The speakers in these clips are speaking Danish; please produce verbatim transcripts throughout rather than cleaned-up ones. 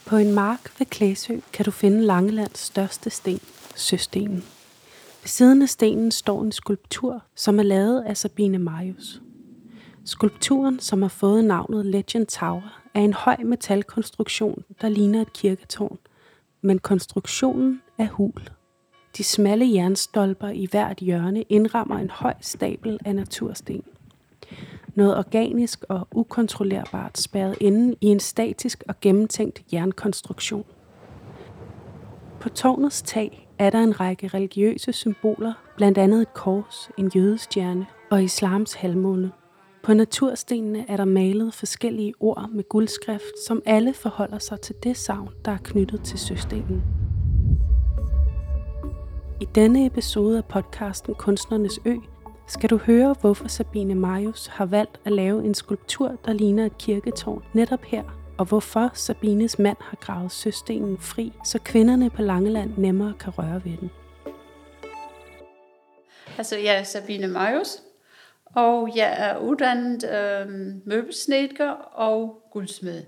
På en mark ved Klæsø kan du finde Langelands største sten, Søstenen. Ved siden af stenen står en skulptur, som er lavet af Sabine Marius. Skulpturen, som har fået navnet Legend Tower, er en høj metalkonstruktion, der ligner et kirketårn, men konstruktionen er hul. De smalle jernstolper i hvert hjørne indrammer en høj stabel af natursten. Noget organisk og ukontrollerbart spærret inde i en statisk og gennemtænkt jernkonstruktion. På tårnets tag er der en række religiøse symboler, blandt andet et kors, en jødestjerne og islams halvmåne. På naturstenene er der malet forskellige ord med guldskrift, som alle forholder sig til det sagn, der er knyttet til Søstenen. I denne episode af podcasten Kunstnernes Ø skal du høre, hvorfor Sabine Marius har valgt at lave en skulptur, der ligner et kirketårn netop her, og hvorfor Sabines mand har gravet Søstenen fri, så kvinderne på Langeland nemmere kan røre ved den. Altså, jeg er Sabine Marius, og jeg er uddannet øh, møbelsnedker og guldsmed.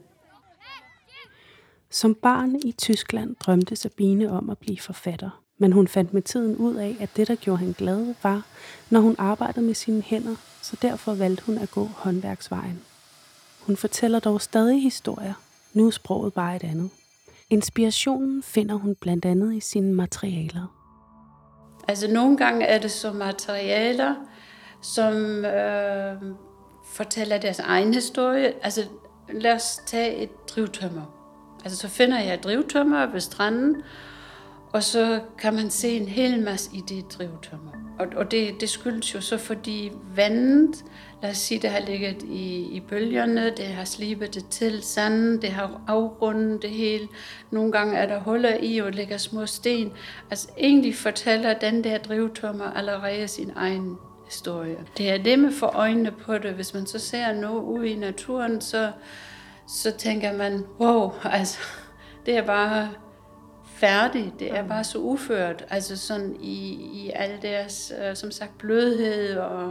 Som barn i Tyskland drømte Sabine om at blive forfatter, men hun fandt med tiden ud af, at det, der gjorde hende glad, var, når hun arbejdede med sine hænder, så derfor valgte hun at gå håndværksvejen. Hun fortæller dog stadig historier. Nu er sproget bare et andet. Inspirationen finder hun blandt andet i sine materialer. Altså nogle gange er det så materialer, som øh, fortæller deres egen historie. Altså lad os tage et drivtømmer. Altså så finder jeg et drivtømmer ved stranden, og så kan man se en hel masse i det drivtømmer. Og, og det, det skyldes jo så, fordi vandet, lad os sige, det har ligget i, i bølgerne, det har slibet det til sanden, det har afrundet det hele. Nogle gange er der huller i, og ligger små sten. Altså egentlig fortæller den der drivtømmer allerede sin egen historie. Det er det med for øjnene på det. Hvis man så ser noget ude i naturen, så, så tænker man, wow, altså det er bare færdig. Det er bare så uført, altså sådan i, i al deres, uh, som sagt, blødhed og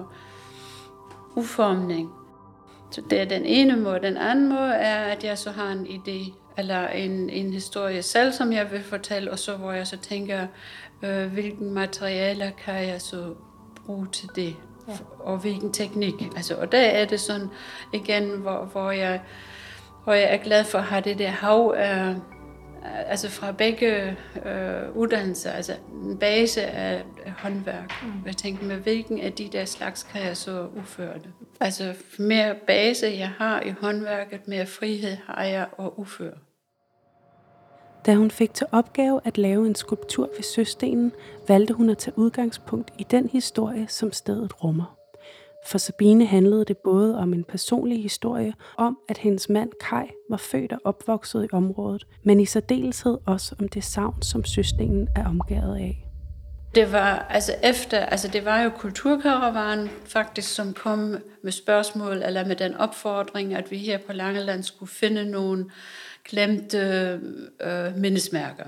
uformning. Så det er den ene måde. Den anden måde er, at jeg så har en idé, eller en, en historie selv, som jeg vil fortælle, og så hvor jeg så tænker, øh, hvilken materialer kan jeg så bruge til det, ja. Og hvilken teknik. Altså, og der er det sådan, igen, hvor, hvor, jeg, hvor jeg er glad for at have det der hav af, altså fra begge øh, uddannelser, altså en base af håndværk. Mm. Jeg tænkte, med hvilken af de der slags kan jeg så udføre det? Altså mere base jeg har i håndværket, mere frihed har jeg at udføre. Da hun fik til opgave at lave en skulptur ved Søstenen, valgte hun at tage udgangspunkt i den historie, som stedet rummer. For Sabine handlede det både om en personlig historie, om at hendes mand Kai var født og opvokset i området, men i særdeleshed også om det savn, som Søstenen er omgærdet af. Det var altså efter, altså det var jo Kulturkaravan faktisk, som kom med spørgsmål, eller med den opfordring, at vi her på Langeland skulle finde nogle glemte øh, mindesmærker.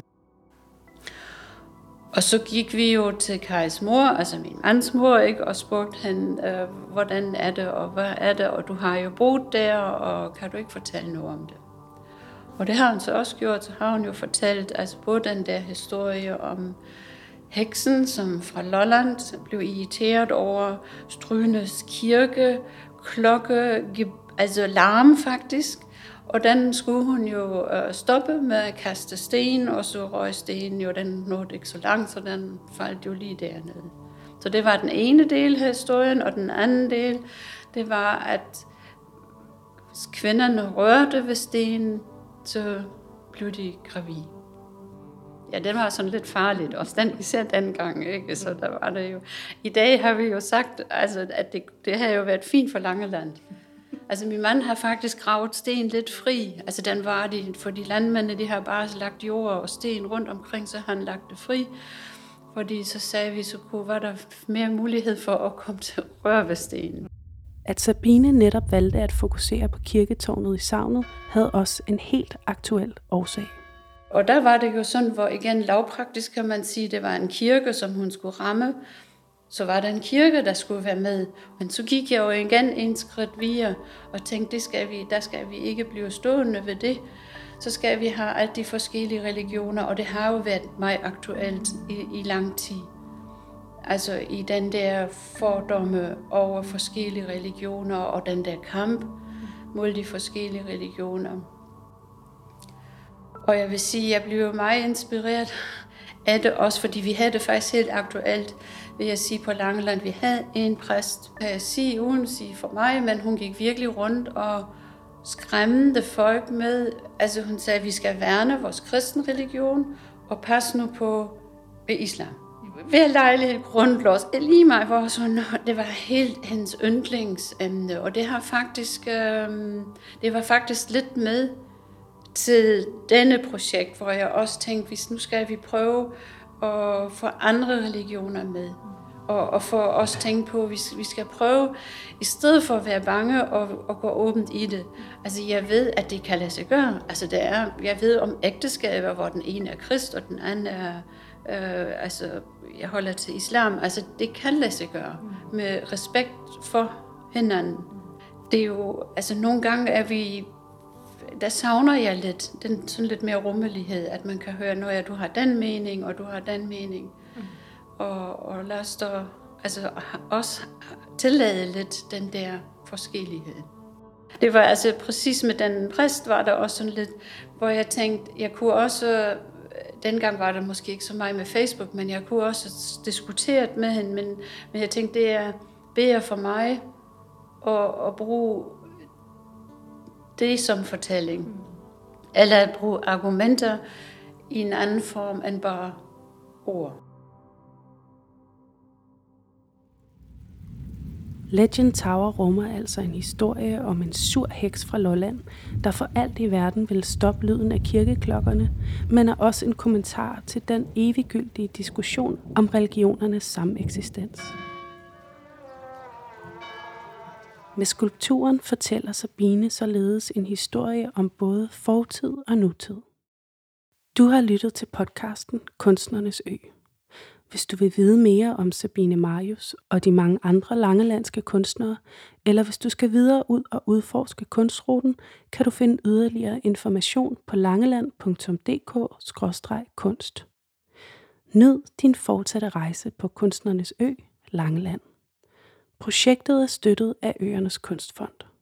Og så gik vi jo til Kajs mor, altså min mands mor, ikke, og spurgte hende, øh, hvordan er det, og hvad er det, og du har jo boet der, og kan du ikke fortælle noget om det? Og det har hun så også gjort, så har hun jo fortalt, altså både den der historie om heksen, som fra Lolland blev irriteret over Strynes kirke, klokke, altså larm faktisk. Og den skulle hun jo øh, stoppe med at kaste sten, og så røg stenen jo, den nåede ikke så langt, så den faldt jo lige dernede. Så det var den ene del af historien, og den anden del, det var, at kvinderne rørte ved stenen, så blev de gravide. Ja, det var sådan lidt farligt, også den, især dengang, ikke? Så der var det jo. I dag har vi jo sagt, altså, at det, det har jo været fint for Langeland. Altså min mand har faktisk gravet sten lidt fri. Altså den var de, for de landmændene, de har bare lagt jord og sten rundt omkring, så har han lagt det fri. Fordi så sagde vi, så kunne, var der mere mulighed for at komme til at røre ved stenen. At Sabine netop valgte at fokusere på kirketårnet i savnet, havde også en helt aktuel årsag. Og der var det jo sådan, hvor igen lavpraktisk kan man sige, det var en kirke, som hun skulle ramme. så var der en kirke, der skulle være med. Men så gik jeg jo igen en skridt videre og tænkte, det skal vi, der skal vi ikke blive stående ved det. Så skal vi have alle de forskellige religioner, og det har jo været meget aktuelt i, i lang tid. Altså i den der fordomme over forskellige religioner og den der kamp mod de forskellige religioner. Og jeg vil sige, at jeg blev meget inspireret af det også, fordi vi havde det faktisk helt aktuelt, vil jeg sige, på Langeland. Vi havde en præst, kan jeg sige, uden at sige for mig, men hun gik virkelig rundt og skræmmede folk med. Altså hun sagde, at vi skal værne vores kristen religion og passe nu på islam. Hver lejlighed grundlås, lige mig, hvor så, det var helt hendes yndlingsemne, og det har faktisk, øh, det var faktisk lidt med til denne projekt, hvor jeg også tænkte, hvis nu skal vi prøve at få andre religioner med, og, og få os tænkt på, at vi skal prøve, i stedet for at være bange, og, og gå åbent i det. Altså jeg ved, at det kan lade sig gøre. Altså det er, jeg ved om ægteskaber, hvor den ene er krist, og den anden er, øh, altså jeg holder til islam. Altså det kan lade sig gøre, med respekt for hinanden. Det er jo, altså nogle gange er vi, der savner jeg lidt, den sådan lidt mere rummelighed, at man kan høre, når ja, du har den mening, og du har den mening. Mm. Og, og lad os da altså, også tillade lidt den der forskellighed. Det var altså præcis med den præst, var der også sådan lidt, hvor jeg tænkte, jeg kunne også, dengang var der måske ikke så meget med Facebook, men jeg kunne også diskutere med hende, men, men jeg tænkte, det er bedre for mig at, at bruge det som fortælling. Mm. Eller at bruge argumenter i en anden form end bare ord. Legend Tower rummer altså en historie om en sur heks fra Lolland, der for alt i verden vil stoppe lyden af kirkeklokkerne, men er også en kommentar til den eviggyldige diskussion om religionernes sameksistens. Med skulpturen fortæller Sabine således en historie om både fortid og nutid. Du har lyttet til podcasten Kunstnernes Ø. Hvis du vil vide mere om Sabine Marius og de mange andre langelandske kunstnere, eller hvis du skal videre ud og udforske kunstruten, kan du finde yderligere information på langeland punktum d k skråstreg kunst. Nyd din fortsatte rejse på Kunstnernes Ø, Langeland. Projektet er støttet af Øernes Kunstfond.